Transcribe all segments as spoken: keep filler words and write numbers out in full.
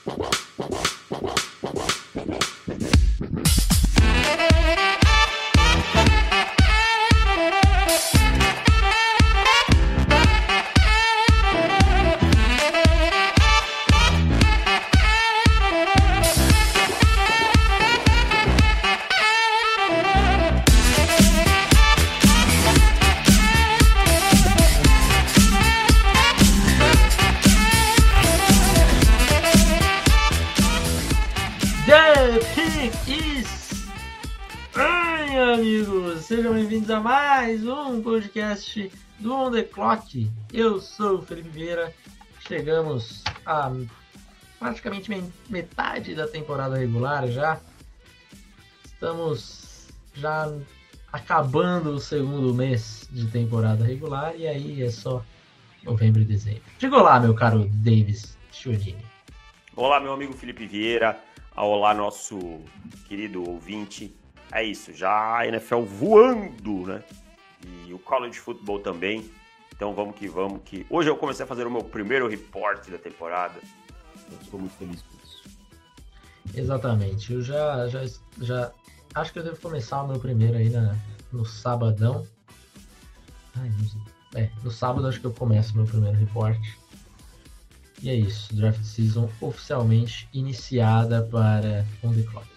Sejam bem-vindos a mais um podcast do On The Clock. Eu sou o Felipe Vieira. Chegamos a praticamente metade da temporada regular já. Estamos já acabando o segundo mês de temporada regular e aí é só novembro e dezembro. Diga olá, meu caro Davis Chiodini. Olá, meu amigo Felipe Vieira. Olá, nosso querido ouvinte. É isso, já a N F L voando, né? E o college football também. Então vamos que vamos, que hoje eu comecei a fazer o meu primeiro report da temporada. Eu estou muito feliz por isso. Exatamente, eu já, já, já acho que eu devo começar o meu primeiro aí na, no sabadão. Ai, não sei. É, no sábado acho que eu começo o meu primeiro report. E é isso, draft season oficialmente iniciada para On The Clock.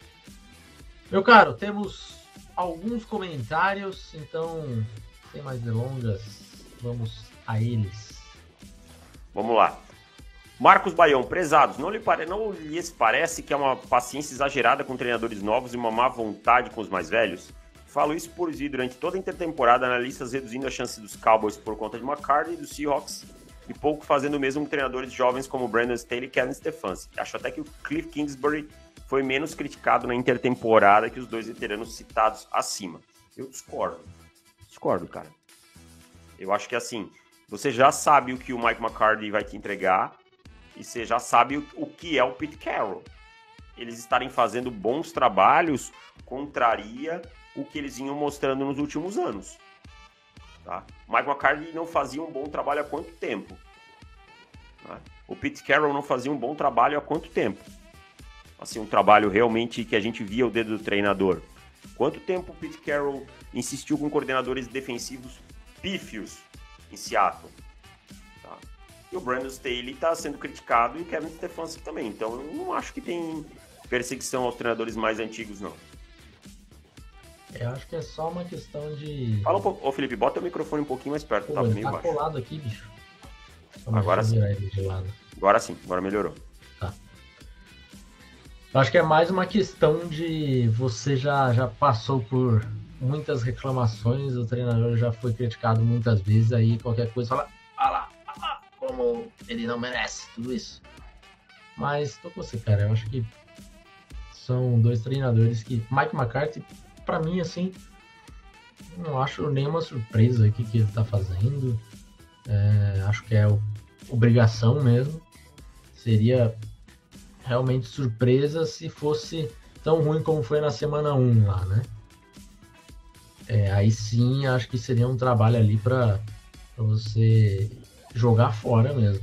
Meu caro, temos alguns comentários, então, sem mais delongas, vamos a eles. Vamos lá. Marcos Baião, prezados, não, lhe pare... não lhes parece que é uma paciência exagerada com treinadores novos e uma má vontade com os mais velhos? Falo isso por ir durante toda a intertemporada, analistas reduzindo a chance dos Cowboys por conta de McCarthy e dos Seahawks, e pouco fazendo o mesmo com treinadores jovens como Brandon Staley e Kevin Stefanski. Acho até que o Cliff Kingsbury foi menos criticado na intertemporada que os dois veteranos citados acima. Eu discordo. Discordo, cara. Eu acho que assim, você já sabe o que o Mike McCarthy vai te entregar e você já sabe o, o que é o Pete Carroll. Eles estarem fazendo bons trabalhos contraria o que eles vinham mostrando nos últimos anos. Tá? O Mike McCarthy não fazia um bom trabalho há quanto tempo? Tá? O Pete Carroll não fazia um bom trabalho há quanto tempo? Assim, um trabalho realmente que a gente via o dedo do treinador. Quanto tempo o Pete Carroll insistiu com coordenadores defensivos pífios em Seattle? Tá? E o Brandon Staley está sendo criticado e o Kevin Stefanski também. Então eu não acho que tem perseguição aos treinadores mais antigos, não. Eu acho que é só uma questão de... Fala um pouco. Ô, Felipe, bota o microfone um pouquinho mais perto. Pô, tá ele meio tá baixo. colado aqui, bicho. Agora sim. Ele de lado. Agora sim, agora melhorou. Tá. Eu acho que é mais uma questão de você já, já passou por muitas reclamações, o treinador já foi criticado muitas vezes, aí qualquer coisa fala, ah lá, ah lá, como ele não merece tudo isso. Mas tô com você, cara, eu acho que são dois treinadores que... Mike McCarthy, pra mim, assim, não acho nenhuma surpresa aqui que ele tá fazendo. É, acho que é obrigação mesmo. Seria realmente surpresa se fosse tão ruim como foi na semana um lá, né? É, aí sim, acho que seria um trabalho ali para você jogar fora mesmo.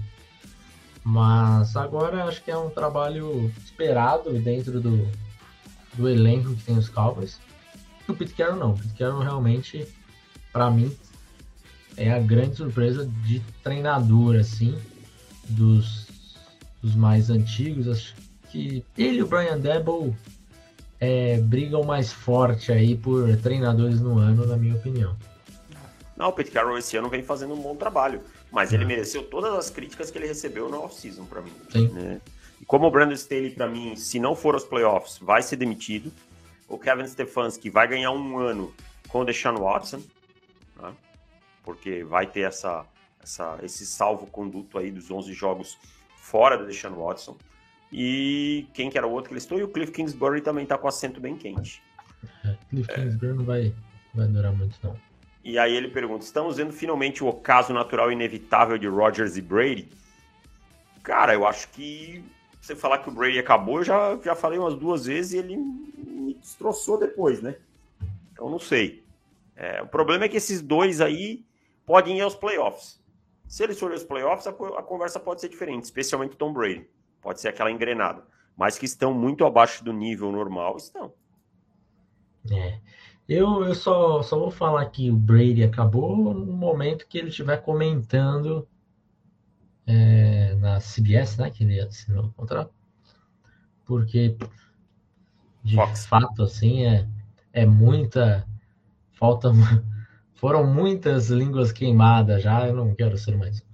Mas agora acho que é um trabalho esperado dentro do, do elenco que tem os Cowboys. O Pete Carroll não. O Pete Carroll realmente, para mim, é a grande surpresa de treinador, assim, dos, dos mais antigos. Acho que ele e o Brian Daboll é, brigam mais forte aí por treinadores no ano, na minha opinião. Não, o Pete Carroll esse ano vem fazendo um bom trabalho, mas ele mereceu todas as críticas que ele recebeu no off-season, para mim. Sim. Né? E como o Brandon Staley, para mim, se não for aos playoffs, vai ser demitido. O Kevin Stefanski vai ganhar um ano com o Deshaun Watson, né? Porque vai ter essa, essa, esse salvo-conduto aí dos onze jogos fora do Deshaun Watson. E quem que era o outro que ele estou? E o Cliff Kingsbury também está com o assento bem quente. É, Cliff Kingsbury é. não vai, vai durar muito, não. E aí ele pergunta, estamos vendo finalmente o ocaso natural e inevitável de Rodgers e Brady? Cara, eu acho que você falar que o Brady acabou, eu já, já falei umas duas vezes e ele me destroçou depois, né? Então não sei. É, o problema é que esses dois aí podem ir aos playoffs. Se eles forem aos playoffs, a, a conversa pode ser diferente, especialmente o Tom Brady. pode ser aquela engrenada. Mas que estão muito abaixo do nível normal, estão. É. Eu, eu só, só vou falar que o Brady acabou no momento que ele estiver comentando é, na C B S, né? Que ele assinou o contrato. Porque, de Fox. fato, assim, é, é muita. Falta. Foram muitas línguas queimadas já, eu não quero ser mais.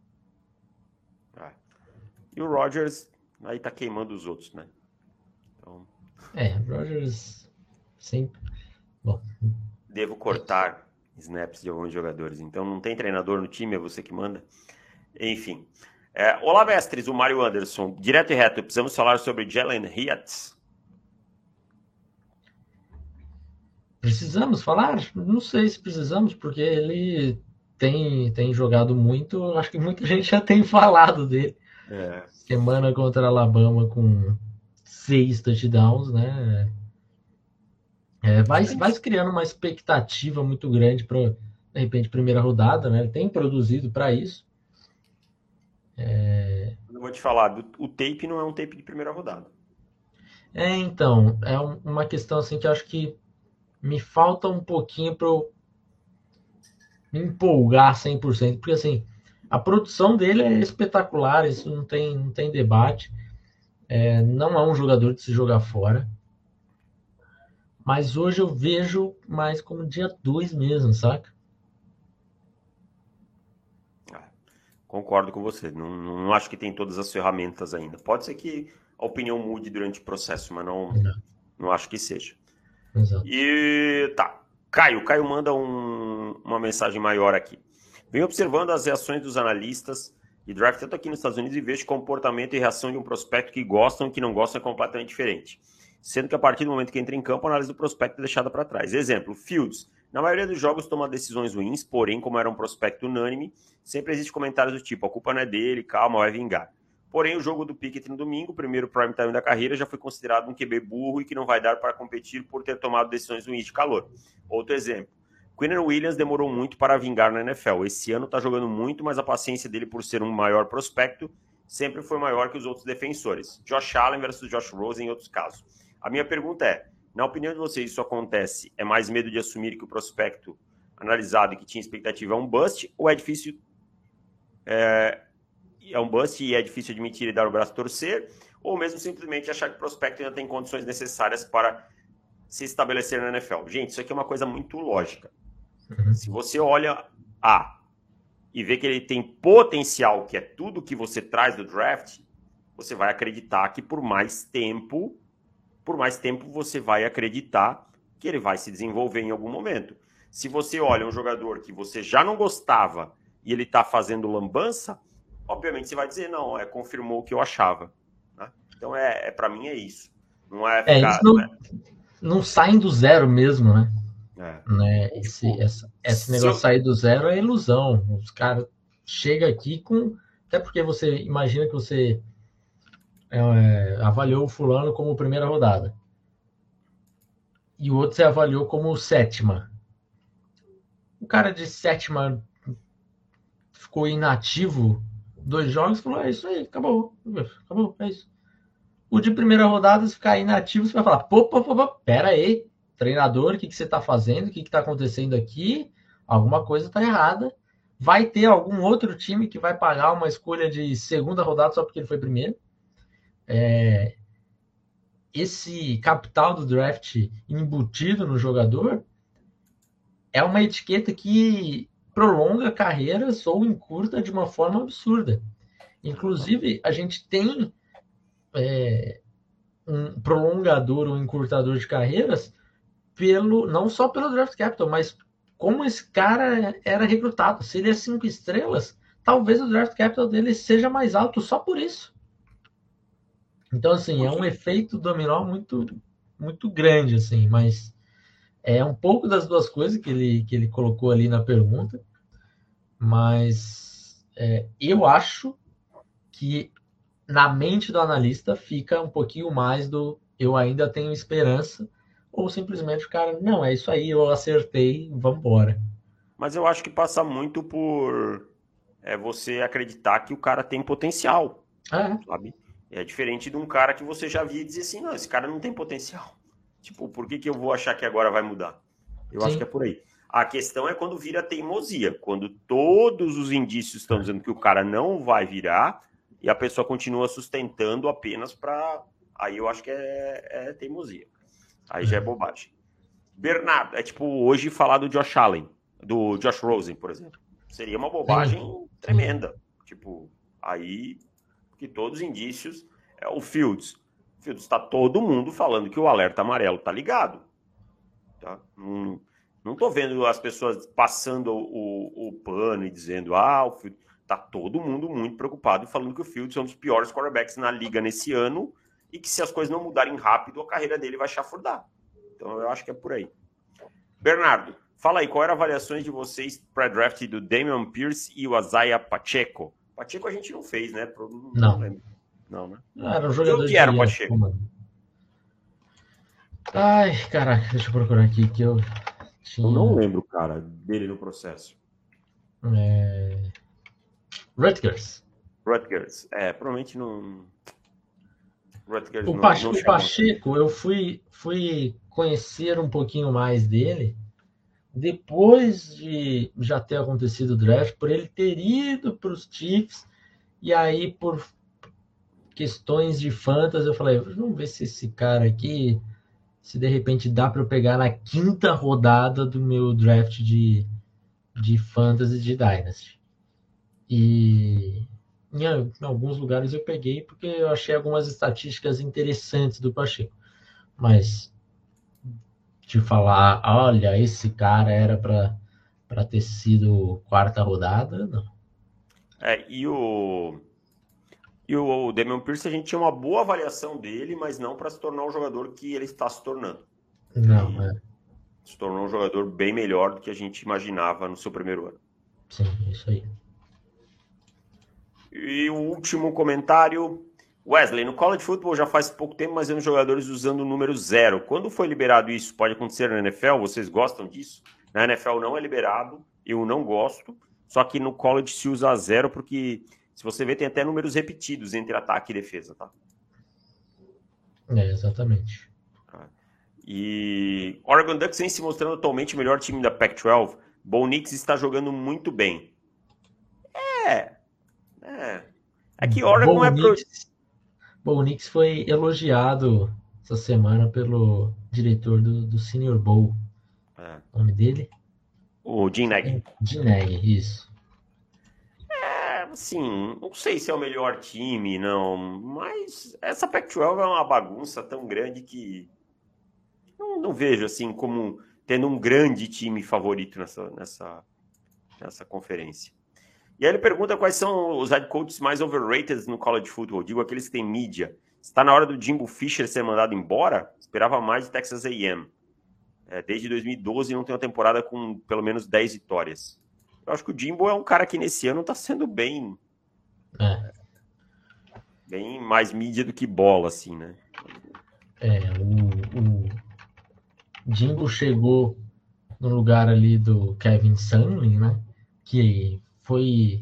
É. E o Rodgers aí tá queimando os outros, né? Então, É, Rodgers sempre. Bom, devo cortar snaps de alguns jogadores. Então não tem treinador no time, é você que manda. Enfim. É, olá, mestres, o Mário Anderson. Direto e reto, precisamos falar sobre Jalen Hyatt. precisamos falar? Não sei se precisamos, porque ele tem, tem jogado muito. Acho que muita gente já tem falado dele. É. Semana contra a Alabama com seis touchdowns, né? É, vai, vai se criando uma expectativa muito grande para, de repente, primeira rodada, né? Ele tem produzido para isso. É... Eu vou te falar, o tape não é um tape de primeira rodada. É, então, é uma questão assim que eu acho que me falta um pouquinho para eu me empolgar cem por cento, porque assim, a produção dele é espetacular, isso não tem, não tem debate. É, não é um jogador de se jogar fora. Mas hoje eu vejo mais como dia dois mesmo, saca? Concordo com você. Não, não acho que tem todas as ferramentas ainda. Pode ser que a opinião mude durante o processo, mas não, não. não acho que seja. Exato. E tá. Caio, Caio manda um, uma mensagem maior aqui. Venho observando as reações dos analistas de draft, tanto aqui nos Estados Unidos, e vejo comportamento e reação de um prospecto que gostam e que não gostam é completamente diferente. Sendo que a partir do momento que entra em campo, a análise do prospecto é deixada para trás. Exemplo, Fields. Na maioria dos jogos toma decisões ruins, porém, como era um prospecto unânime, sempre existe comentários do tipo, a culpa não é dele, calma, vai vingar. Porém, o jogo do Pickett no domingo, o primeiro prime time da carreira, já foi considerado um Q B burro e que não vai dar para competir por ter tomado decisões ruins de calor. Outro exemplo, Quinnen Williams demorou muito para vingar na N F L. Esse ano está jogando muito, mas a paciência dele por ser um maior prospecto sempre foi maior que os outros defensores. Josh Allen versus Josh Rosen em outros casos. A minha pergunta é, na opinião de vocês, isso acontece? É mais medo de assumir que o prospecto analisado e que tinha expectativa é um bust? Ou é difícil... É, é um bust e é difícil admitir e dar o braço a torcer? Ou mesmo simplesmente achar que o prospecto ainda tem condições necessárias para se estabelecer na N F L? Gente, isso aqui é uma coisa muito lógica. Uhum. Se você olha A e vê que ele tem potencial, que é tudo que você traz do draft, você vai acreditar que por mais tempo... por mais tempo você vai acreditar que ele vai se desenvolver em algum momento. Se você olha um jogador que você já não gostava e ele está fazendo lambança, obviamente você vai dizer, não, é, confirmou o que eu achava. Né? Então, é, é, para mim, é isso. Não é ficar... É, eles não, né? não saem do zero mesmo, né? É. né? Esse, tipo, essa, esse negócio de sair do zero é ilusão. Os caras chegam aqui com... Até porque você imagina que você... É, avaliou o fulano como primeira rodada. E o outro você avaliou como sétima. O cara de sétima ficou inativo dois jogos e falou, é isso aí, acabou. Acabou, é isso. O de primeira rodada, se ficar inativo, você vai falar, pô, pô, pô, pô pera aí, treinador, o que, que você tá fazendo? O que, que tá acontecendo aqui? Alguma coisa tá errada. Vai ter algum outro time que vai pagar uma escolha de segunda rodada só porque ele foi primeiro. É, esse capital do draft embutido no jogador é uma etiqueta que prolonga carreiras ou encurta de uma forma absurda. Inclusive, a gente tem é, um prolongador ou encurtador de carreiras pelo, não só pelo draft capital, mas como esse cara era recrutado. Se ele é cinco estrelas, talvez o draft capital dele seja mais alto só por isso. Então, assim, é um efeito dominó muito, muito grande, assim, mas é um pouco das duas coisas que ele, que ele colocou ali na pergunta, mas é, eu acho que na mente do analista fica um pouquinho mais do eu ainda tenho esperança, ou simplesmente o cara, não, é isso aí, eu acertei, vamos embora. Mas eu acho que passa muito por é, você acreditar que o cara tem potencial, é. sabe? É diferente de um cara que você já via e dizia assim, não, esse cara não tem potencial. Tipo, por que, que eu vou achar que agora vai mudar? Eu Sim. acho que é por aí. A questão é quando vira teimosia, quando todos os indícios estão dizendo que o cara não vai virar e a pessoa continua sustentando apenas para... Aí eu acho que é, é teimosia. Aí já é bobagem. Bernardo, é tipo hoje falar do Josh Allen, do Josh Rosen, por exemplo. Seria uma bobagem Sim. tremenda. Tipo, aí que todos os indícios... É o Fields. O Fields está todo mundo falando que o alerta amarelo tá ligado. Tá? Não, não tô vendo as pessoas passando o, o pano e dizendo ah, o Fields... Tá todo mundo muito preocupado e falando que o Fields é um dos piores quarterbacks na liga nesse ano e que se as coisas não mudarem rápido, a carreira dele vai chafurdar. Então eu acho que é por aí. Bernardo, fala aí, qual era a avaliação de vocês pré-draft do Damian Pierce e o Isaiah Pacheco? Pacheco a gente não fez, né? Não, não. não lembro. Não, né? Ah, era um jogador de era o Pacheco? Ai, caraca, deixa eu procurar aqui que eu tinha... Eu não lembro, cara, dele no processo. É... Rutgers. Rutgers, é, provavelmente não... Rutgers o não, Pacheco, não o Pacheco, eu fui, fui conhecer um pouquinho mais dele depois de já ter acontecido o draft, por ele ter ido para os Chiefs, e aí por questões de fantasy eu falei, vamos ver se esse cara aqui, se de repente dá para eu pegar na quinta rodada do meu draft de, de fantasy de Dynasty. E em, em alguns lugares eu peguei porque eu achei algumas estatísticas interessantes do Pacheco. Mas de falar, olha, esse cara era para ter sido quarta rodada, não. É, e o e o Damian Pierce, a gente tinha uma boa avaliação dele, mas não para se tornar o jogador que ele está se tornando. Não, ele é. Se tornou um jogador bem melhor do que a gente imaginava no seu primeiro ano. Sim, isso aí. E o último comentário... Wesley, no college football já faz pouco tempo, mas vemos jogadores usando o número zero. Quando foi liberado isso? Pode acontecer na N F L? Vocês gostam disso? Na N F L não é liberado, eu não gosto. Só que no college se usa zero, porque se você ver, tem até números repetidos entre ataque e defesa, tá? É, exatamente. E Oregon Ducks vem se mostrando atualmente o melhor time da Pac doze. Bo Nix está jogando muito bem. É. É. É que Oregon Bo é pro... Bo Nix foi elogiado essa semana pelo diretor do, do Senior Bowl. É. O nome dele? O Jim Nagy. Jim Nagy, isso. É, assim, não sei se é o melhor time, não. Mas essa Pac doze é uma bagunça tão grande que não, não vejo, assim, como tendo um grande time favorito nessa, nessa, nessa conferência. E aí ele pergunta quais são os head coaches mais overrated no college football. Digo, aqueles que têm mídia. Está na hora do Jimbo Fisher ser mandado embora? Esperava mais de Texas A e M. É, desde dois mil e doze não tem uma temporada com pelo menos dez vitórias. Eu acho que o Jimbo é um cara que nesse ano está sendo bem... É. Bem mais mídia do que bola, assim, né? É, o, o Jimbo chegou no lugar ali do Kevin Sumlin, né? Que foi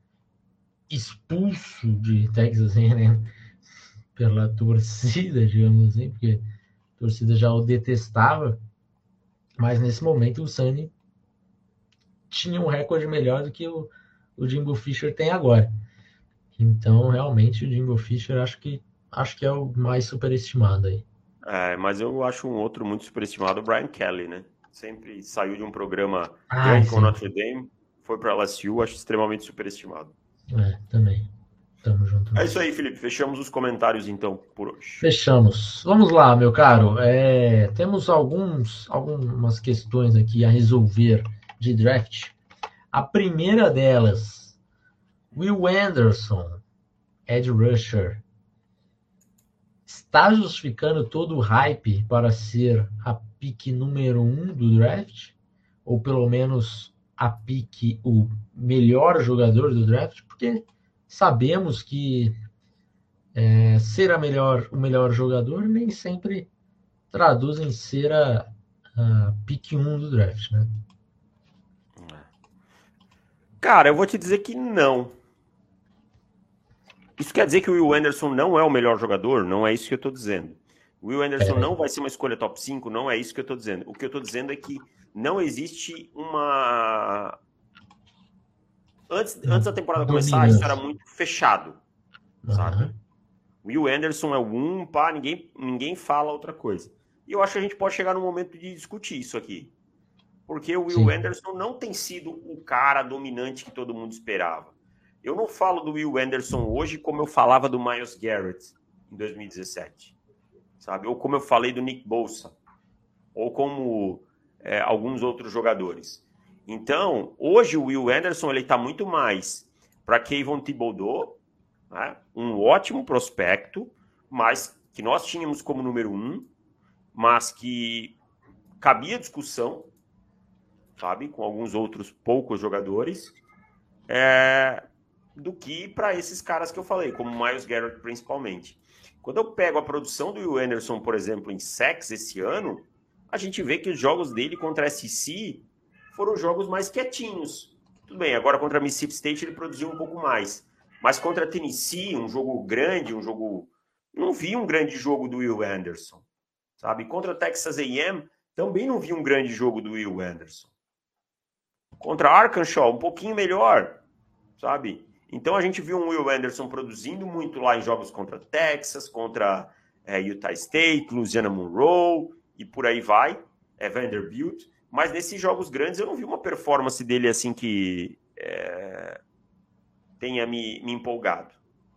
expulso de Texas A e M pela torcida, digamos assim, porque a torcida já o detestava, mas nesse momento o Sunny tinha um recorde melhor do que o, o Jimbo Fisher tem agora. Então, realmente, o Jimbo Fisher acho que, acho que é o mais superestimado aí. É, mas eu acho um outro muito superestimado, o Brian Kelly, né? Sempre saiu de um programa Ah, grande sim. com o Notre Dame, foi para L S U, acho extremamente superestimado. É, também. Tamo junto. É isso aí, Felipe. Fechamos os comentários, então, por hoje. Fechamos. Vamos lá, meu caro. É, temos alguns, algumas questões aqui a resolver de draft. A primeira delas, Will Anderson, edge rusher, está justificando todo o hype para ser a pick número um do draft? Ou pelo menos a pick, o melhor jogador do draft? Porque sabemos que é, ser a melhor, o melhor jogador nem sempre traduz em ser a, a pick um do draft, né? Cara, eu vou te dizer que não. Isso quer dizer que o Will Anderson não é o melhor jogador? Não é isso que eu estou dizendo. O Will Anderson É, não vai ser uma escolha top cinco? Não é isso que eu estou dizendo. O que eu estou dizendo é que não existe uma... Antes, antes da temporada começar, isso era dominância. muito fechado, sabe? Aham. Will Anderson é o um, pá, ninguém, ninguém fala outra coisa. E eu acho que a gente pode chegar no momento de discutir isso aqui. Porque o Will Sim. Anderson não tem sido o cara dominante que todo mundo esperava. Eu não falo do Will Anderson hoje como eu falava do Myles Garrett em dois mil e dezessete, sabe? Ou como eu falei do Nick Bosa, ou como é, alguns outros jogadores. Então, hoje o Will Anderson ele está muito mais para Kayvon Thibodeau, né? Um ótimo prospecto, mas que nós tínhamos como número um, mas que cabia discussão, sabe, com alguns outros poucos jogadores, é, do que para esses caras que eu falei, como o Myles Garrett principalmente. Quando eu pego a produção do Will Anderson, por exemplo, em sacks esse ano, a gente vê que os jogos dele contra a S E C foram jogos mais quietinhos. Tudo bem, agora contra a Mississippi State ele produziu um pouco mais. Mas contra a Tennessee, um jogo grande, um jogo... Não vi um grande jogo do Will Anderson, sabe? Contra a Texas A e M, também não vi um grande jogo do Will Anderson. Contra a Arkansas, um pouquinho melhor, sabe? Então a gente viu um Will Anderson produzindo muito lá em jogos contra Texas, contra é, Utah State, Louisiana Monroe e por aí vai, é, Vanderbilt. Mas nesses jogos grandes eu não vi uma performance dele assim que é, tenha me, me empolgado.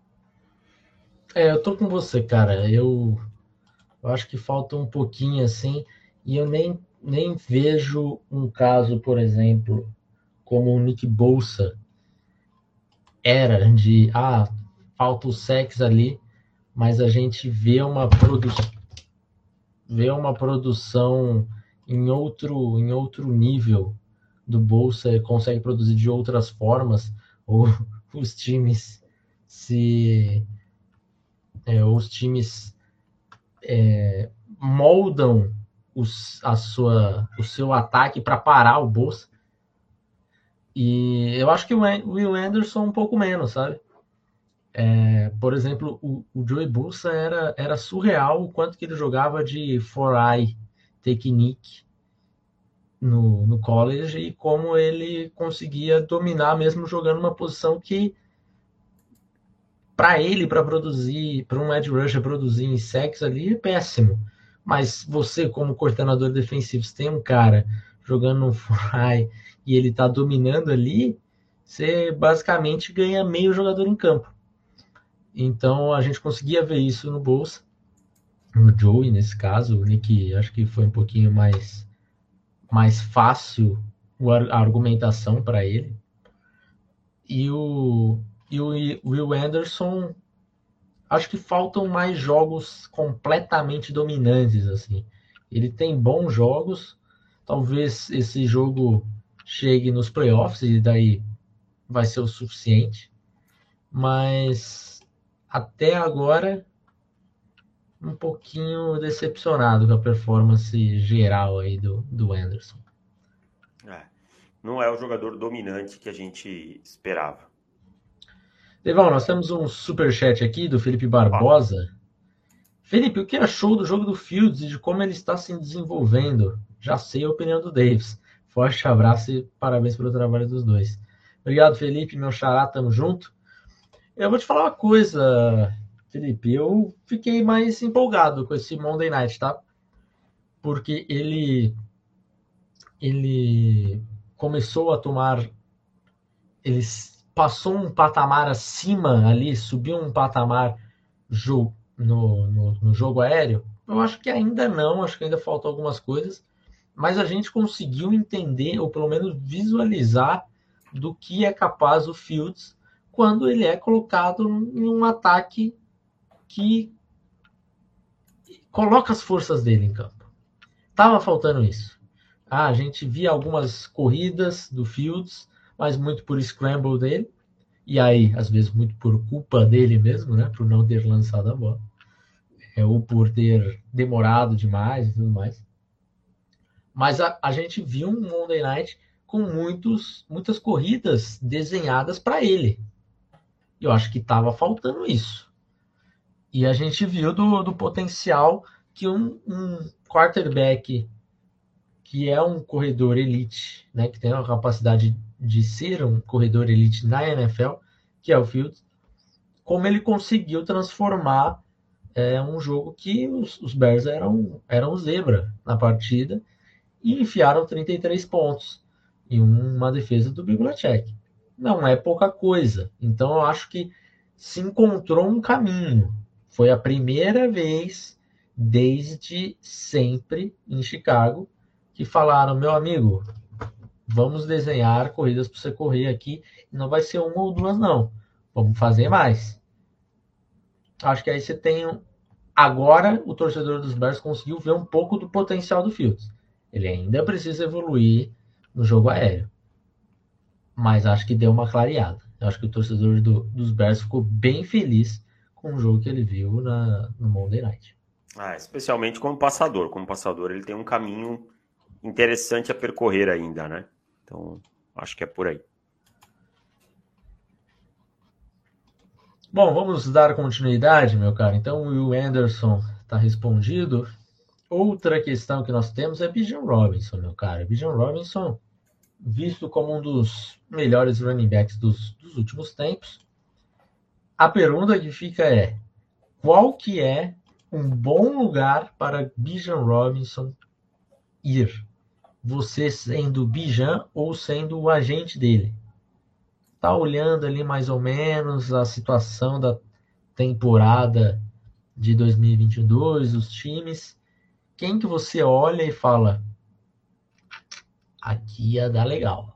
É, eu tô com você, cara. Eu, eu acho que falta um pouquinho assim, e eu nem, nem vejo um caso, por exemplo, como o Nick Bosa era, de ah, falta o sexo ali, mas a gente vê uma, produ vê uma produção em outro, em outro nível do Bolsa, consegue produzir de outras formas, ou os times se é, os times é, moldam os, a sua, o seu ataque para parar o Bolsa. E eu acho que o Will Anderson um pouco menos, sabe? É, por exemplo, o, o Joey Bosa era, era surreal o quanto que ele jogava de four-eye technique no, no college e como ele conseguia dominar mesmo jogando uma posição que para ele, para produzir, para um edge rusher produzir em sacks ali é péssimo. Mas você, como coordenador defensivo, se tem um cara jogando um fly e ele está dominando ali, você basicamente ganha meio jogador em campo. Então a gente conseguia ver isso no Bolsa, no Joey nesse caso. O Nick acho que foi um pouquinho mais, mais fácil a argumentação para ele. E o, e o Will Anderson, acho que faltam mais jogos completamente dominantes, assim. Ele tem bons jogos, talvez esse jogo chegue nos playoffs e daí vai ser o suficiente, mas até agora um pouquinho decepcionado com a performance geral aí do, do Anderson. É, não é o jogador dominante que a gente esperava. Devão, nós temos um superchat aqui do Felipe Barbosa. Felipe, o que achou do jogo do Fields e de como ele está se desenvolvendo? Já sei a opinião do Davis. Forte abraço e parabéns pelo trabalho dos dois. Obrigado, Felipe, meu xará, tamo junto. Eu vou te falar uma coisa, Felipe. Eu fiquei mais empolgado com esse Monday Night, tá? Porque ele, ele começou a tomar... Ele passou um patamar acima ali, subiu um patamar no, no, no jogo aéreo. Eu acho que ainda não, acho que ainda faltam algumas coisas, mas a gente conseguiu entender, ou pelo menos visualizar, do que é capaz o Fields quando ele é colocado em um ataque que coloca as forças dele em campo. Tava faltando isso. Ah, a gente via algumas corridas do Fields, mas muito por scramble dele, e aí, às vezes, muito por culpa dele mesmo, né, por não ter lançado a bola, é, ou por ter demorado demais e tudo mais. Mas a, a gente viu um Monday Night com muitos, muitas corridas desenhadas para ele. Eu acho que estava faltando isso. E a gente viu do, do potencial que um, um quarterback que é um corredor elite, né, que tem a capacidade de ser um corredor elite na N F L, que é o Fields, como ele conseguiu transformar é, um jogo que os, os Bears eram, eram zebra na partida e enfiaram trinta e três pontos em uma defesa do Bill Belichick. Não é pouca coisa. Então eu acho que se encontrou um caminho. Foi a primeira vez desde sempre em Chicago que falaram, meu amigo, vamos desenhar corridas para você correr aqui. E não vai ser uma ou duas, não. Vamos fazer mais. Acho que aí você tem... Agora o torcedor dos Bears conseguiu ver um pouco do potencial do Fields. Ele ainda precisa evoluir no jogo aéreo. Mas acho que deu uma clareada. Eu acho que o torcedor do, dos Bears ficou bem feliz com o jogo que ele viu na, no Monday Night. Ah, especialmente como passador. Como passador, ele tem um caminho interessante a percorrer ainda, né? Então, acho que é por aí. Bom, vamos dar continuidade, meu caro. Então, o Will Anderson está respondido. Outra questão que nós temos é Bijan Robinson, meu caro. Bijan Robinson, visto como um dos melhores running backs dos, dos últimos tempos. A pergunta que fica é, qual que é um bom lugar para Bijan Robinson ir? Você sendo o Bijan ou sendo o agente dele? Tá olhando ali mais ou menos a situação da temporada de dois mil e vinte e dois, os times. Quem que você olha e fala, aqui ia dar legal?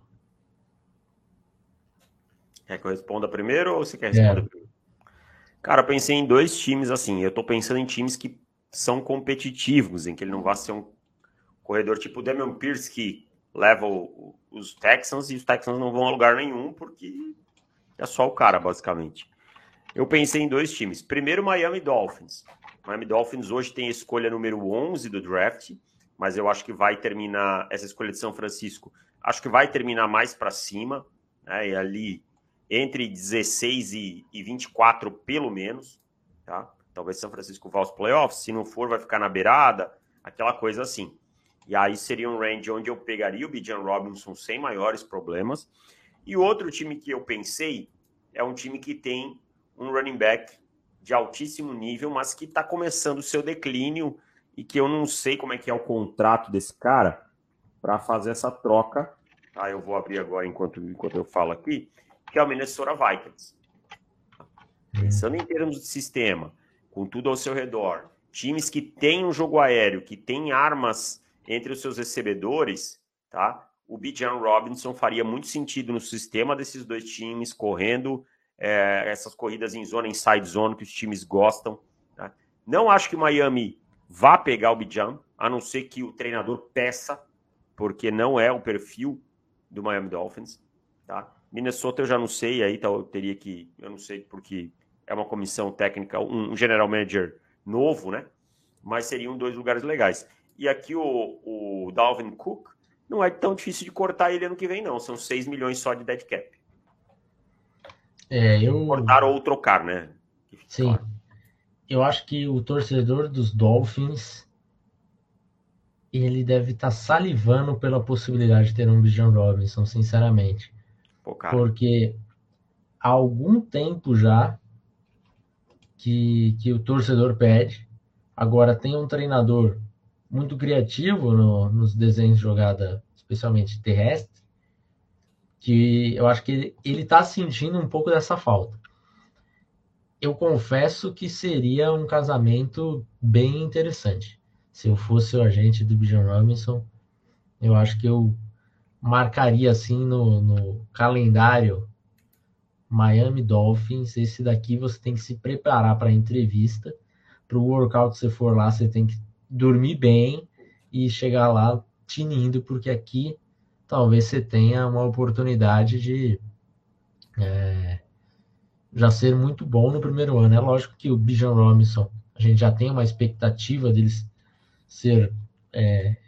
Quer que eu responda primeiro ou você quer responder É. primeiro? Cara, eu pensei em dois times assim. Eu tô pensando em times que são competitivos, em que ele não vai ser um corredor tipo o Damian Pierce, que leva o, os Texans, e os Texans não vão a lugar nenhum, porque é só o cara, basicamente. Eu pensei em dois times. Primeiro, Miami Dolphins. Miami Dolphins hoje tem a escolha número onze do draft, mas eu acho que vai terminar, essa escolha de São Francisco, acho que vai terminar mais para cima, né, e ali entre dezesseis e vinte e quatro, pelo menos. Tá? Talvez São Francisco vá aos playoffs, se não for, vai ficar na beirada, aquela coisa assim. E aí seria um range onde eu pegaria o Bijan Robinson sem maiores problemas. E outro time que eu pensei é um time que tem um running back de altíssimo nível, mas que está começando o seu declínio e que eu não sei como é que é o contrato desse cara para fazer essa troca. Tá, eu vou abrir agora enquanto, enquanto eu falo aqui, que é o Minnesota Vikings. Pensando em termos de sistema, com tudo ao seu redor, times que têm um jogo aéreo, que têm armas entre os seus recebedores, tá? O Bijan Robinson faria muito sentido no sistema desses dois times, correndo é, essas corridas em zona, inside zone, que os times gostam. Tá? Não acho que o Miami vá pegar o Bijan, a não ser que o treinador peça, porque não é o perfil do Miami Dolphins. Tá? Minnesota eu já não sei, aí tá, eu teria que, eu não sei porque é uma comissão técnica, um, um general manager novo, né? Mas seriam dois lugares legais. E aqui o, o Dalvin Cook, não é tão difícil de cortar ele ano que vem, não. São seis milhões só de dead cap. É, eu... Cortar ou trocar, né? Sim. Claro. Eu acho que o torcedor dos Dolphins, ele deve estar tá salivando pela possibilidade de ter um Bijan Robinson, sinceramente. Pô, cara. Porque há algum tempo já que, que o torcedor pede. Agora tem um treinador muito criativo no, nos desenhos de jogada, especialmente terrestre, que eu acho que ele está sentindo um pouco dessa falta. Eu confesso que seria um casamento bem interessante. Se eu fosse o agente do Bijan Robinson, eu acho que eu marcaria assim no, no calendário Miami Dolphins. Esse daqui você tem que se preparar para a entrevista. Para o workout que você for lá, você tem que dormir bem e chegar lá tinindo, porque aqui talvez você tenha uma oportunidade de é, já ser muito bom no primeiro ano. É lógico que o Bijan Robinson, a gente já tem uma expectativa deles ser é,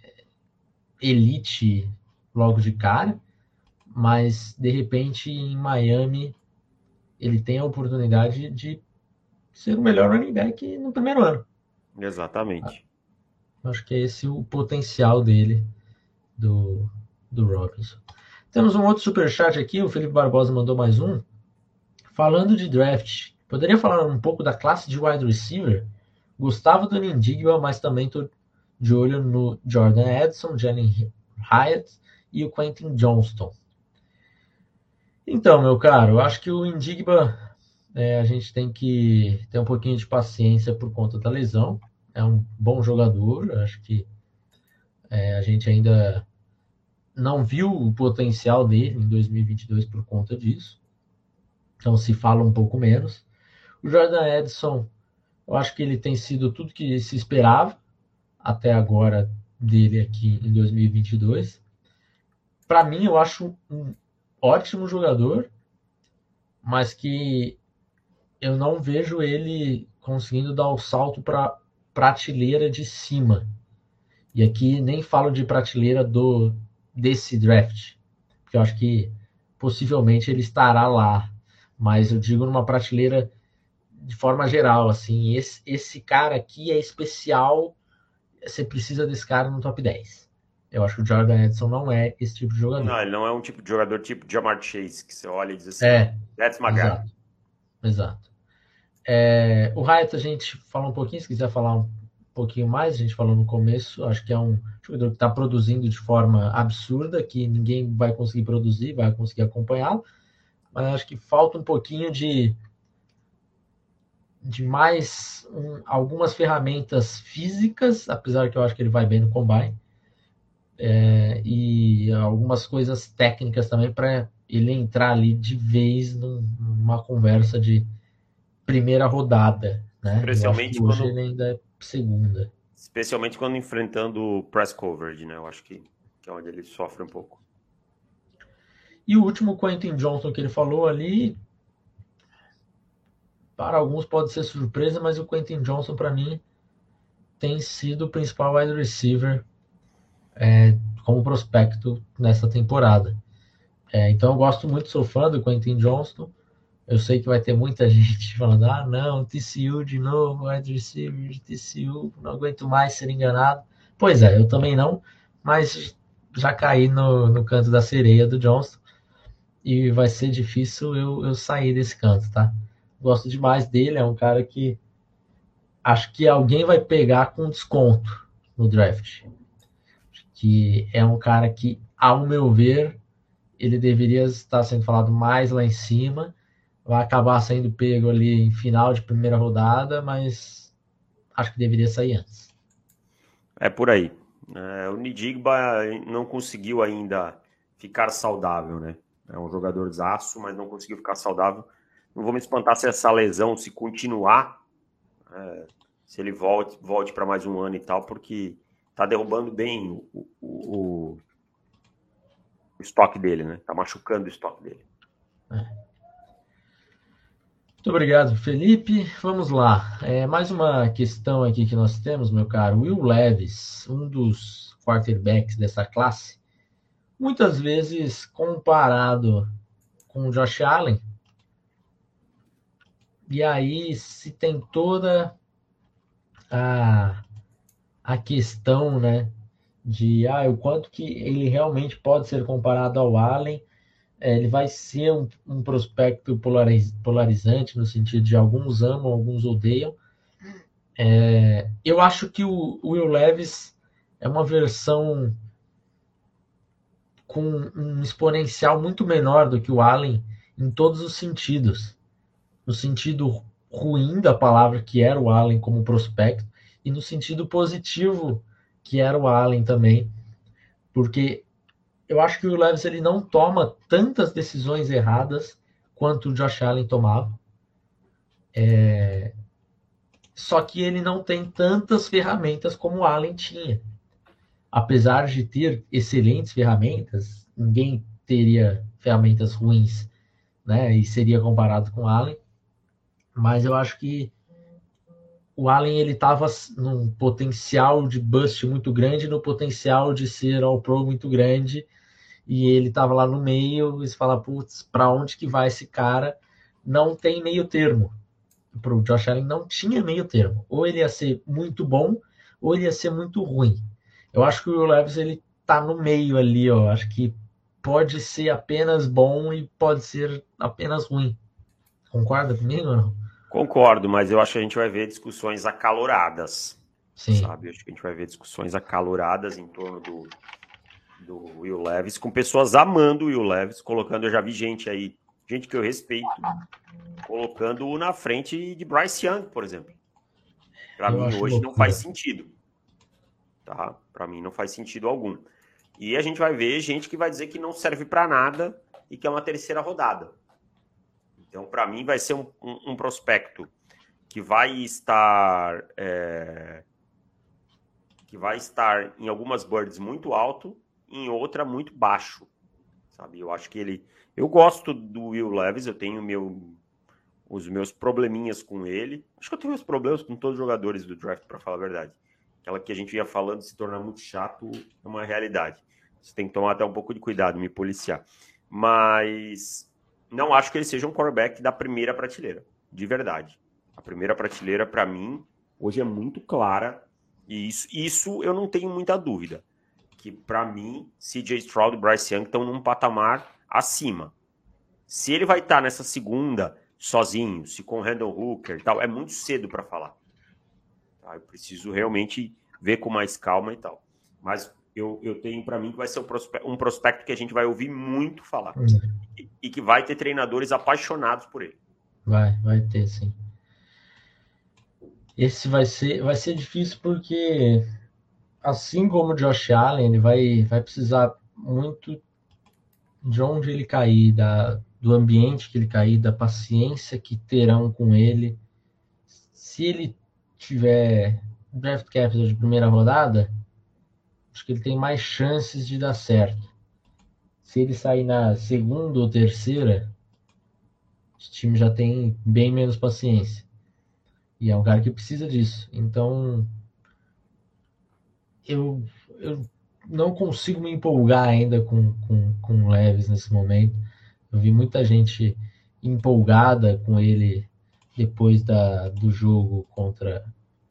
elite logo de cara, mas de repente em Miami ele tem a oportunidade de ser o melhor running back no primeiro ano. Exatamente. Acho que é esse o potencial dele, do, do Robinson. Temos um outro superchat aqui, o Felipe Barbosa mandou mais um. Falando de draft, poderia falar um pouco da classe de wide receiver? Gostava do Nindigba, mas também estou de olho no Jordan Edson, Jalen Hyatt e o Quentin Johnston. Então, meu caro, eu acho que o Indigba, é, a gente tem que ter um pouquinho de paciência por conta da lesão. É um bom jogador, acho que é, a gente ainda não viu o potencial dele em dois mil e vinte e dois por conta disso. Então se fala um pouco menos. O Jordan Edson, eu acho que ele tem sido tudo que se esperava até agora dele aqui em dois mil e vinte e dois. Para mim, eu acho um ótimo jogador, mas que eu não vejo ele conseguindo dar o salto para prateleira de cima. E aqui nem falo de prateleira do desse draft, porque eu acho que possivelmente ele estará lá, mas eu digo numa prateleira de forma geral, assim, esse, esse cara aqui é especial, você precisa desse cara no top dez. Eu acho que o Jordan Edson não é esse tipo de jogador. Não, ele não é um tipo de jogador tipo Jamar Chase, que você olha e diz assim, É, that's my guy. exato, exato. É, o Hyatt a gente falou um pouquinho, se quiser falar um pouquinho mais, a gente falou no começo, acho que é um jogador que está produzindo de forma absurda, que ninguém vai conseguir produzir, vai conseguir acompanhá-lo, mas acho que falta um pouquinho de de mais um, algumas ferramentas físicas, apesar que eu acho que ele vai bem no combine, é, e algumas coisas técnicas também para ele entrar ali de vez num, numa conversa de primeira rodada, né? Eu acho que hoje quando, ele ainda é segunda. Especialmente quando enfrentando o press coverage, né? Eu acho que, que é onde ele sofre um pouco. E o último Quentin Johnston que ele falou ali, para alguns pode ser surpresa, mas o Quentin Johnston, para mim, tem sido o principal wide receiver é, como prospecto nessa temporada. É, então eu gosto muito, sou fã do Quentin Johnston. Eu sei que vai ter muita gente falando, ah, não, T C U de novo, wide receiver de T C U, não aguento mais ser enganado. Pois é, eu também não, mas já caí no, no canto da sereia do Johnston e vai ser difícil eu, eu sair desse canto, tá? Gosto demais dele, é um cara que acho que alguém vai pegar com desconto no draft. Que é um cara que, ao meu ver, ele deveria estar sendo falado mais lá em cima, vai acabar sendo pego ali em final de primeira rodada, mas acho que deveria sair antes. É por aí. É, o Nidigba não conseguiu ainda ficar saudável, né? É um jogador zaço, mas não conseguiu ficar saudável. Não vou me espantar se essa lesão, se continuar, é, se ele volte, volte para mais um ano e tal, porque tá derrubando bem o, o, o, o estoque dele, né? Tá machucando o estoque dele. É. Muito obrigado, Felipe. Vamos lá. É, mais uma questão aqui que nós temos, meu caro. Will Levis, um dos quarterbacks dessa classe, muitas vezes comparado com o Josh Allen. E aí se tem toda a, a questão, né, de ah, o quanto que ele realmente pode ser comparado ao Allen. É, ele vai ser um, um prospecto polariz, polarizante, no sentido de alguns amam, alguns odeiam. É, eu acho que o, o Will Levis é uma versão com um exponencial muito menor do que o Allen em todos os sentidos. No sentido ruim da palavra, que era o Allen como prospecto, e no sentido positivo, que era o Allen também. Porque eu acho que o Levis ele não toma tantas decisões erradas quanto o Josh Allen tomava. É... Só que ele não tem tantas ferramentas como o Allen tinha. Apesar de ter excelentes ferramentas, ninguém teria ferramentas ruins, né? E seria comparado com o Allen. Mas eu acho que o Allen ele estava num potencial de bust muito grande, no potencial de ser All-Pro muito grande. E ele estava lá no meio, e você fala, putz, para onde que vai esse cara não tem meio termo. Para o Josh Allen não tinha meio termo. Ou ele ia ser muito bom, ou ele ia ser muito ruim. Eu acho que o Will Levis ele tá no meio ali, ó. Acho que pode ser apenas bom e pode ser apenas ruim. Concorda comigo ou não? Concordo, mas eu acho que a gente vai ver discussões acaloradas. Sim. Sabe? Eu acho que a gente vai ver discussões acaloradas em torno do, do Will Levis, com pessoas amando o Will Levis, colocando, eu já vi gente aí, gente que eu respeito, colocando-o na frente de Bryce Young, por exemplo. Para mim, hoje loucura. Não faz sentido. Tá? Para mim, não faz sentido algum. E a gente vai ver gente que vai dizer que não serve para nada e que é uma terceira rodada. Então, para mim, vai ser um, um, um prospecto que vai estar é, que vai estar em algumas birds muito alto, em outra muito baixo. Sabe? Eu acho que ele... Eu gosto do Will Levis, eu tenho meu, os meus probleminhas com ele. Acho que eu tenho meus problemas com todos os jogadores do draft, para falar a verdade. Aquela que a gente ia falando se tornar muito chato é uma realidade. Você tem que tomar até um pouco de cuidado, me policiar. Mas não acho que ele seja um quarterback da primeira prateleira, de verdade. A primeira prateleira, para mim, hoje é muito clara. E isso, isso eu não tenho muita dúvida. Que, para mim, C J Stroud e Bryce Young estão num patamar acima. Se ele vai estar nessa segunda sozinho, se com o Randall Hooker e tal, é muito cedo para falar. Tá? Eu preciso realmente ver com mais calma e tal. Mas eu, eu tenho para mim que vai ser um prospecto, um prospecto que a gente vai ouvir muito falar. Uhum. E, e que vai ter treinadores apaixonados por ele. Vai, vai ter, sim. Esse vai ser, vai ser difícil porque, assim como o Josh Allen, ele vai, vai precisar muito de onde ele cair, da, do ambiente que ele cair, da paciência que terão com ele. Se ele tiver draft capital de primeira rodada, acho que ele tem mais chances de dar certo. Se ele sair na segunda ou terceira, o time já tem bem menos paciência. E é um cara que precisa disso. Então, eu, eu não consigo me empolgar ainda com, com, com o Levis nesse momento. Eu vi muita gente empolgada com ele depois da, do jogo contra...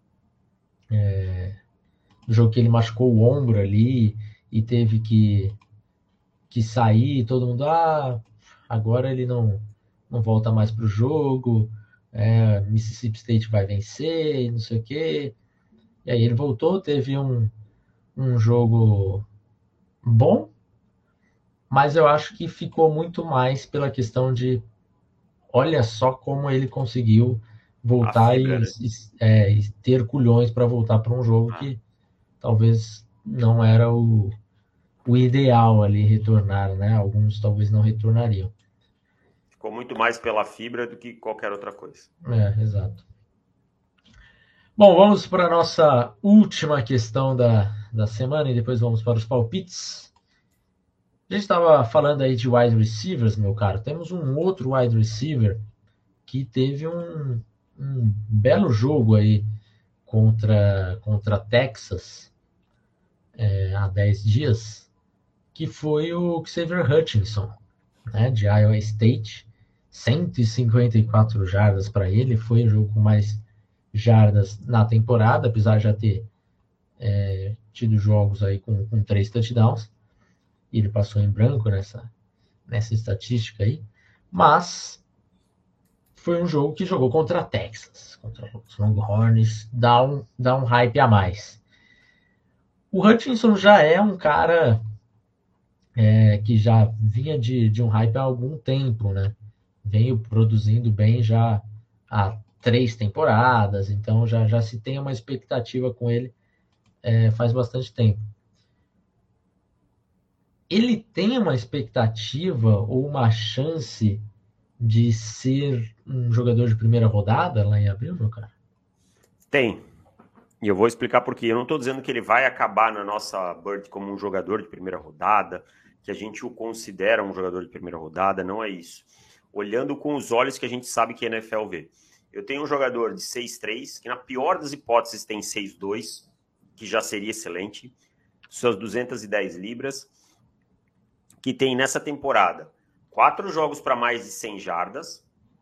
É, do jogo que ele machucou o ombro ali e teve que, que sair. Todo mundo, ah, agora ele não, não volta mais para o jogo. É, Mississippi State vai vencer, não sei o quê. E aí ele voltou, teve um, um jogo bom, mas eu acho que ficou muito mais pela questão de olha só como ele conseguiu voltar fibra, e, né? e, é, e ter culhões para voltar para um jogo ah. que talvez não era o, o ideal ali retornar, né? Alguns talvez não retornariam. Ficou muito mais pela fibra do que qualquer outra coisa. É, exato. Bom, vamos para a nossa última questão da, da semana e depois vamos para os palpites. A gente estava falando aí de wide receivers, meu caro. Temos um outro wide receiver que teve um, um belo jogo aí contra, contra Texas é, há dez dias, que foi o Xavier Hutchinson, né, de Iowa State. cento e cinquenta e quatro jardas para ele. Foi o jogo com mais jardas na temporada, apesar de já ter é, tido jogos aí com, com três touchdowns. E ele passou em branco nessa, nessa estatística aí. Mas foi um jogo que jogou contra a Texas, contra os Longhorns, dá um, dá um hype a mais. O Hutchinson já é um cara é, que já vinha de, de um hype há algum tempo, né? Veio produzindo bem já há três temporadas, então já, já se tem uma expectativa com ele é, faz bastante tempo. Ele tem uma expectativa ou uma chance de ser um jogador de primeira rodada lá em abril, meu cara? Tem. E eu vou explicar por quê. Eu não estou dizendo que ele vai acabar na nossa Bird como um jogador de primeira rodada, que a gente o considera um jogador de primeira rodada, não é isso. Olhando com os olhos que a gente sabe que a N F L vê. Eu tenho um jogador de seis três, que na pior das hipóteses tem seis dois, que já seria excelente, suas duzentas e dez libras, que tem nessa temporada quatro jogos para mais de cem jardas,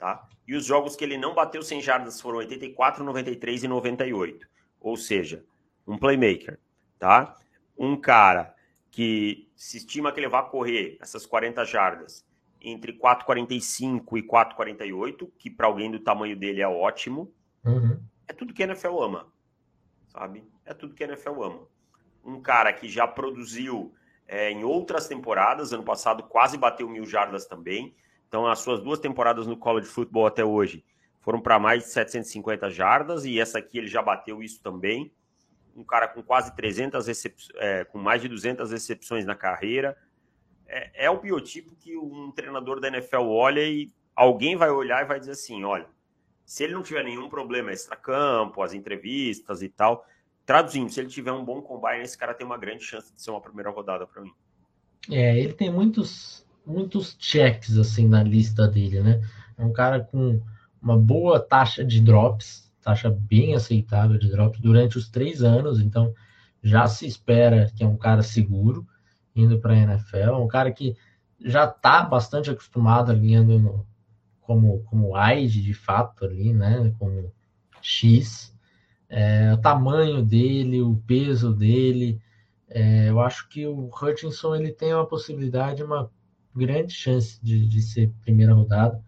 tá? E os jogos que ele não bateu cem jardas foram oitenta e quatro, noventa e três e noventa e oito. Ou seja, um playmaker, tá? Um cara que se estima que ele vai correr essas quarenta jardas entre quatro e quarenta e cinco e quatro e quarenta e oito, que para alguém do tamanho dele é ótimo. Uhum. É tudo que a N F L ama, sabe? É tudo que a N F L ama. Um cara que já produziu é, em outras temporadas, ano passado quase bateu mil jardas também. Então, as suas duas temporadas no college football até hoje foram para mais de setecentas e cinquenta jardas, e essa aqui ele já bateu isso também. Um cara com quase trezentas recepções, é, com mais de duzentas recepções na carreira. É, é o biotipo que um treinador da N F L olha e alguém vai olhar e vai dizer assim, olha, se ele não tiver nenhum problema extracampo, as entrevistas e tal, traduzindo, se ele tiver um bom combine, esse cara tem uma grande chance de ser uma primeira rodada para mim. É, ele tem muitos, muitos checks assim na lista dele, né? É um cara com uma boa taxa de drops, taxa bem aceitável de drops durante os três anos, então já se espera que é um cara seguro indo para a N F L, um cara que já está bastante acostumado alinhando no, como, como wide de fato ali, né? Como X, é, o tamanho dele, o peso dele. É, eu acho que o Hutchinson ele tem uma possibilidade, uma grande chance de, de ser primeira rodada.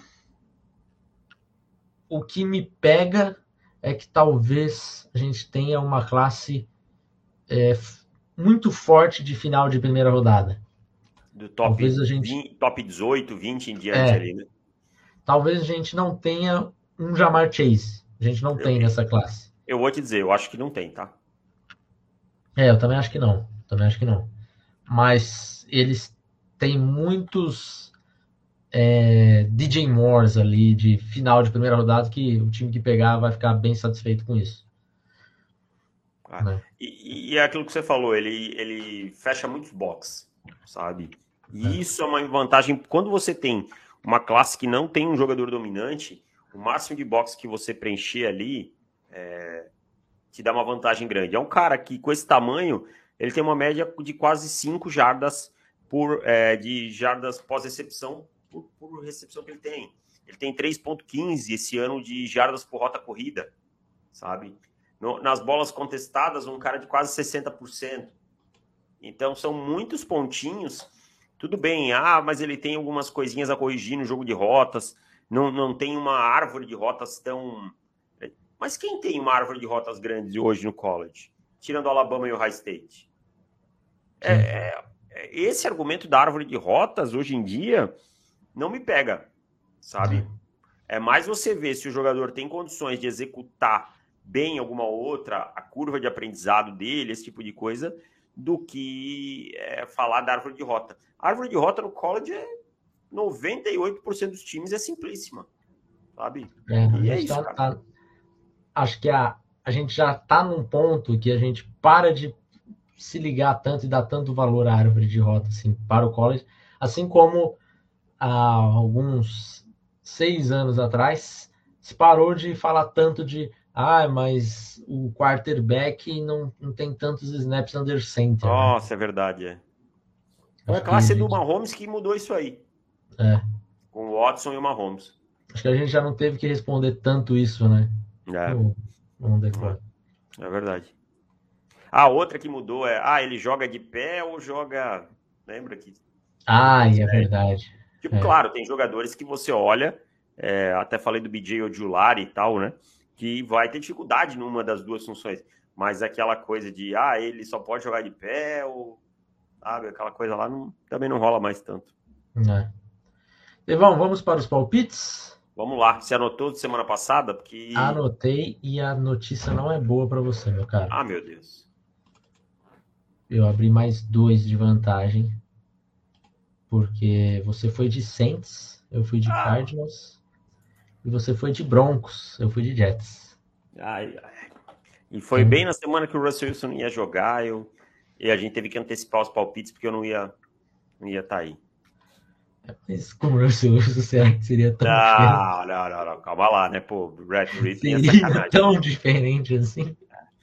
O que me pega é que talvez a gente tenha uma classe é, muito forte de final de primeira rodada. Do top, talvez a gente, vinte, top dezoito, vinte em diante é, ali, né? Talvez a gente não tenha um Jamar Chase. A gente não tem eu, nessa classe. Eu vou te dizer, eu acho que não tem, tá? É, eu também acho que não. Também acho que não. Mas eles têm muitos é, D J Moores ali de final de primeira rodada que o time que pegar vai ficar bem satisfeito com isso. Ah, né? e, e é aquilo que você falou, ele, ele fecha muitos box, sabe? E é. Isso é uma vantagem. Quando você tem uma classe que não tem um jogador dominante, o máximo de box que você preencher ali é, te dá uma vantagem grande. É um cara que, com esse tamanho, ele tem uma média de quase cinco jardas por, é, de jardas pós-recepção por, por recepção que ele tem. Ele tem três ponto quinze esse ano de jardas por rota corrida, sabe? No, nas bolas contestadas, um cara de quase sessenta por cento. Então, são muitos pontinhos. Tudo bem, ah, mas ele tem algumas coisinhas a corrigir no jogo de rotas. Não, não tem uma árvore de rotas tão... Mas quem tem uma árvore de rotas grandes hoje no college? Tirando o Alabama e o High State. É, é, é, esse argumento da árvore de rotas, hoje em dia, não me pega, sabe? É mais você ver se o jogador tem condições de executar bem alguma outra, a curva de aprendizado dele, esse tipo de coisa, do que é, falar da árvore de rota. A árvore de rota no college é noventa e oito por cento dos times é simplíssima, sabe? É, e é isso, tá, cara. Tá, acho que a, a gente já tá num ponto que a gente para de se ligar tanto e dar tanto valor à árvore de rota assim, para o college, assim como há alguns seis anos atrás se parou de falar tanto de ah, mas o quarterback não, não tem tantos snaps under center. Nossa, né? É verdade, é. Foi a classe gente... do Mahomes que mudou isso aí. É. Com o Watson e o Mahomes. Acho que a gente já não teve que responder tanto isso, né? É. No, no decor. É verdade. A outra que mudou é, ah, ele joga de pé ou joga... Lembra que... Ah, é verdade. Tipo, é. Claro, tem jogadores que você olha, é, até falei do B J Ojulari e tal, né? Que vai ter dificuldade numa das duas funções. Mas aquela coisa de, ah, ele só pode jogar de pé, ou, sabe, aquela coisa lá não, também não rola mais tanto. É. Devão, vamos para os palpites? Vamos lá. Você anotou de semana passada? Porque... Anotei e a notícia não é boa para você, meu cara. Ah, meu Deus. Eu abri mais dois de vantagem. Porque você foi de Saints, eu fui de ah. Cardinals. E você foi de Broncos, eu fui de Jets. Ai, ai. E foi hum. bem na semana que o Russell Wilson ia jogar, eu, e a gente teve que antecipar os palpites, porque eu não ia não ia estar tá aí. Mas com o Russell Wilson, será que seria tão não, diferente? Não, não, não, calma lá, né, pô, o Red Reed é sacanagem. Tão diferente assim?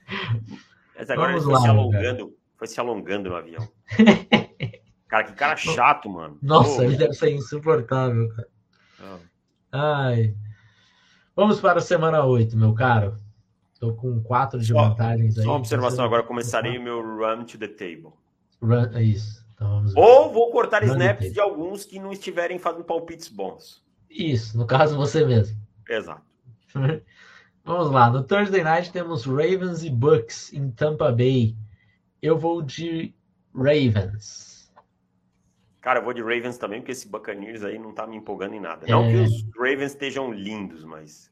Mas agora Vamos ele foi lá, se alongando, cara. foi se alongando no avião. Cara, que cara chato, mano. Nossa, oh. ele deve ser insuportável, cara. Oh. Ai. Vamos para a semana oito, meu caro. Estou com quatro de Só, vantagens só uma aí. observação, Você agora começarei o meu run to the table. Run, é isso. Então vamos ver. Ou vou cortar Run the snaps tape. de alguns que não estiverem fazendo palpites bons. Isso, no caso você mesmo. Exato. Vamos lá. No Thursday Night temos Ravens e Bucks em Tampa Bay. Eu vou de Ravens. Cara, eu vou de Ravens também, porque esse Buccaneers aí não tá me empolgando em nada. É... Não que os Ravens estejam lindos, mas...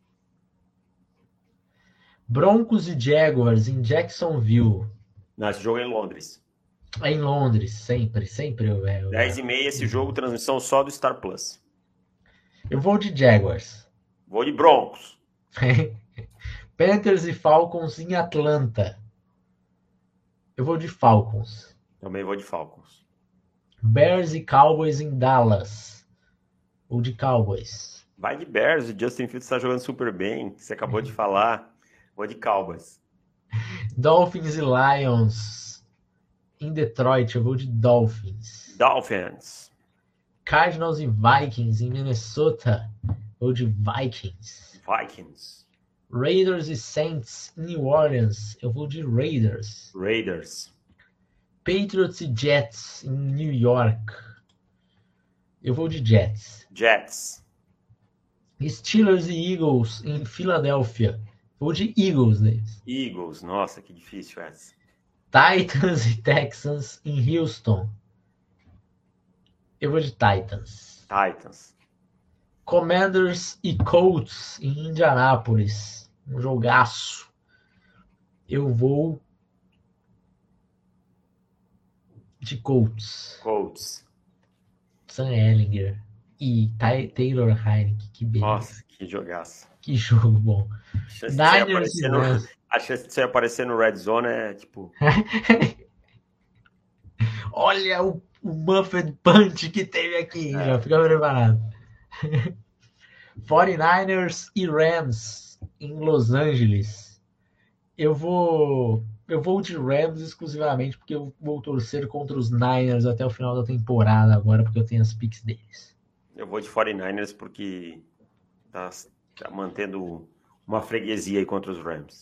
Broncos e Jaguars em Jacksonville. Não, esse jogo é em Londres. É em Londres, sempre, sempre. Eu, eu, dez e meia esse jogo, transmissão só do Star Plus. Eu vou de Jaguars. Vou de Broncos. Panthers e Falcons em Atlanta. Eu vou de Falcons. Também vou de Falcons. Bears e Cowboys em Dallas. Ou de Cowboys. Vai de Bears, o Justin Fields está jogando super bem. Você acabou de falar. Vou de Cowboys. Dolphins e Lions em Detroit. Eu vou de Dolphins. Dolphins. Cardinals e Vikings em Minnesota. Ou de Vikings. Vikings. Raiders e Saints em New Orleans. Eu vou de Raiders. Raiders. Patriots e Jets em New York. Eu vou de Jets. Jets. Steelers e Eagles em Filadélfia. Vou de Eagles deles. Eagles. Nossa, que difícil essa. Titans e Texans em Houston. Eu vou de Titans. Titans. Commanders e Colts em Indianápolis. Um jogaço. Eu vou de Colts. Colts. Sam Ehlinger e Ty- Taylor Heineke. Que beleza. Nossa, que jogaço. Que jogo bom. A chance de você Niners aparecer e no, Rams. a chance de você aparecer no Red Zone é tipo... Olha o, o Muffin Punch que teve aqui. É. Já fica preparado. forty-niners e Rams em Los Angeles. Eu vou... Eu vou de Rams exclusivamente porque eu vou torcer contra os Niners até o final da temporada agora, porque eu tenho as picks deles. Eu vou de forty-niners porque tá, tá mantendo uma freguesia aí contra os Rams.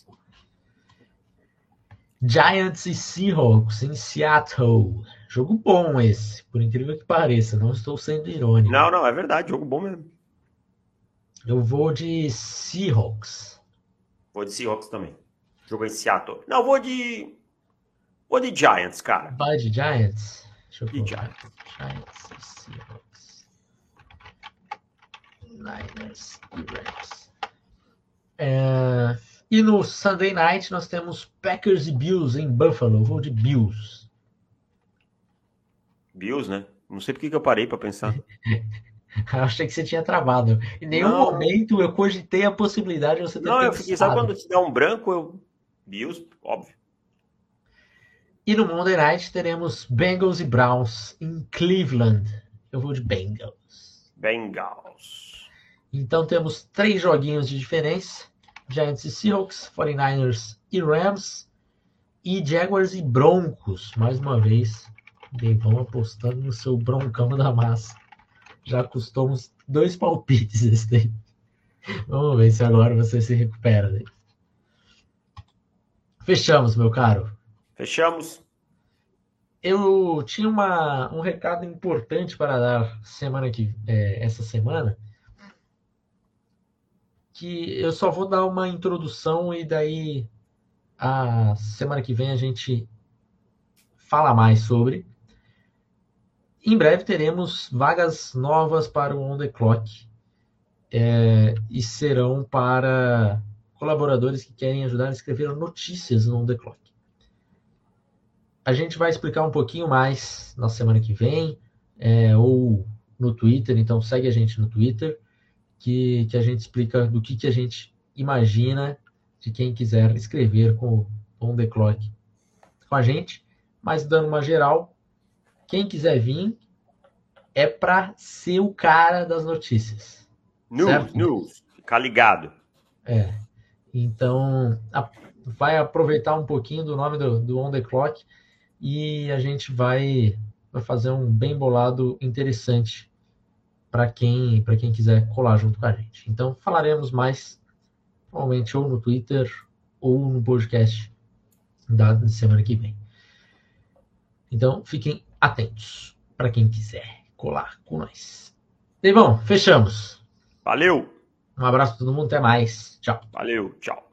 Giants e Seahawks em Seattle. Jogo bom esse, por incrível que pareça. Não estou sendo irônico. Não, não, é verdade, jogo bom mesmo. Eu vou de Seahawks. Vou de Seahawks também. Jogo em Seattle. Não, vou de... Vou de Giants, cara. Vai de Giants? Deixa eu De ver. Giants. Giants e Seahawks. Niners e Rams. É... E no Sunday Night nós temos Packers e Bills em Buffalo. Eu vou de Bills. Bills, né? Não sei porque que eu parei pra pensar. Eu achei que você tinha travado. Em nenhum Não. momento eu cogitei a possibilidade de você ter Não, eu pensado. fiquei... Sabe quando te dá um branco, eu... Bills, óbvio. E no Monday Night teremos Bengals e Browns em Cleveland. Eu vou de Bengals. Bengals. Então temos três joguinhos de diferença. Giants e Seahawks, forty-niners e Rams. E Jaguars e Broncos. Mais uma vez, vão apostando no seu broncão da massa. Já custou uns dois palpites esse daí. Vamos ver se agora você se recupera daí. Fechamos, meu caro. Fechamos. Eu tinha uma, um recado importante para dar semana que, é, essa semana, que eu só vou dar uma introdução e daí a semana que vem a gente fala mais sobre. Em breve teremos vagas novas para o On The Clock é, e serão para colaboradores que querem ajudar a escrever notícias no On The Clock. A gente vai explicar um pouquinho mais na semana que vem, é, ou no Twitter, então segue a gente no Twitter, que, que a gente explica do que, que a gente imagina de quem quiser escrever com o On The Clock com a gente. Mas dando uma geral, quem quiser vir é para ser o cara das notícias. News, certo? news. Ficar ligado. É. Então, a, vai aproveitar um pouquinho do nome do, do On The Clock e a gente vai, vai fazer um bem bolado interessante para quem, para quem quiser colar junto com a gente. Então, falaremos mais, provavelmente, ou no Twitter ou no podcast da semana que vem. Então, fiquem atentos para quem quiser colar com nós. E bom, fechamos. Valeu! Um abraço para todo mundo, até mais. Tchau. Valeu, tchau.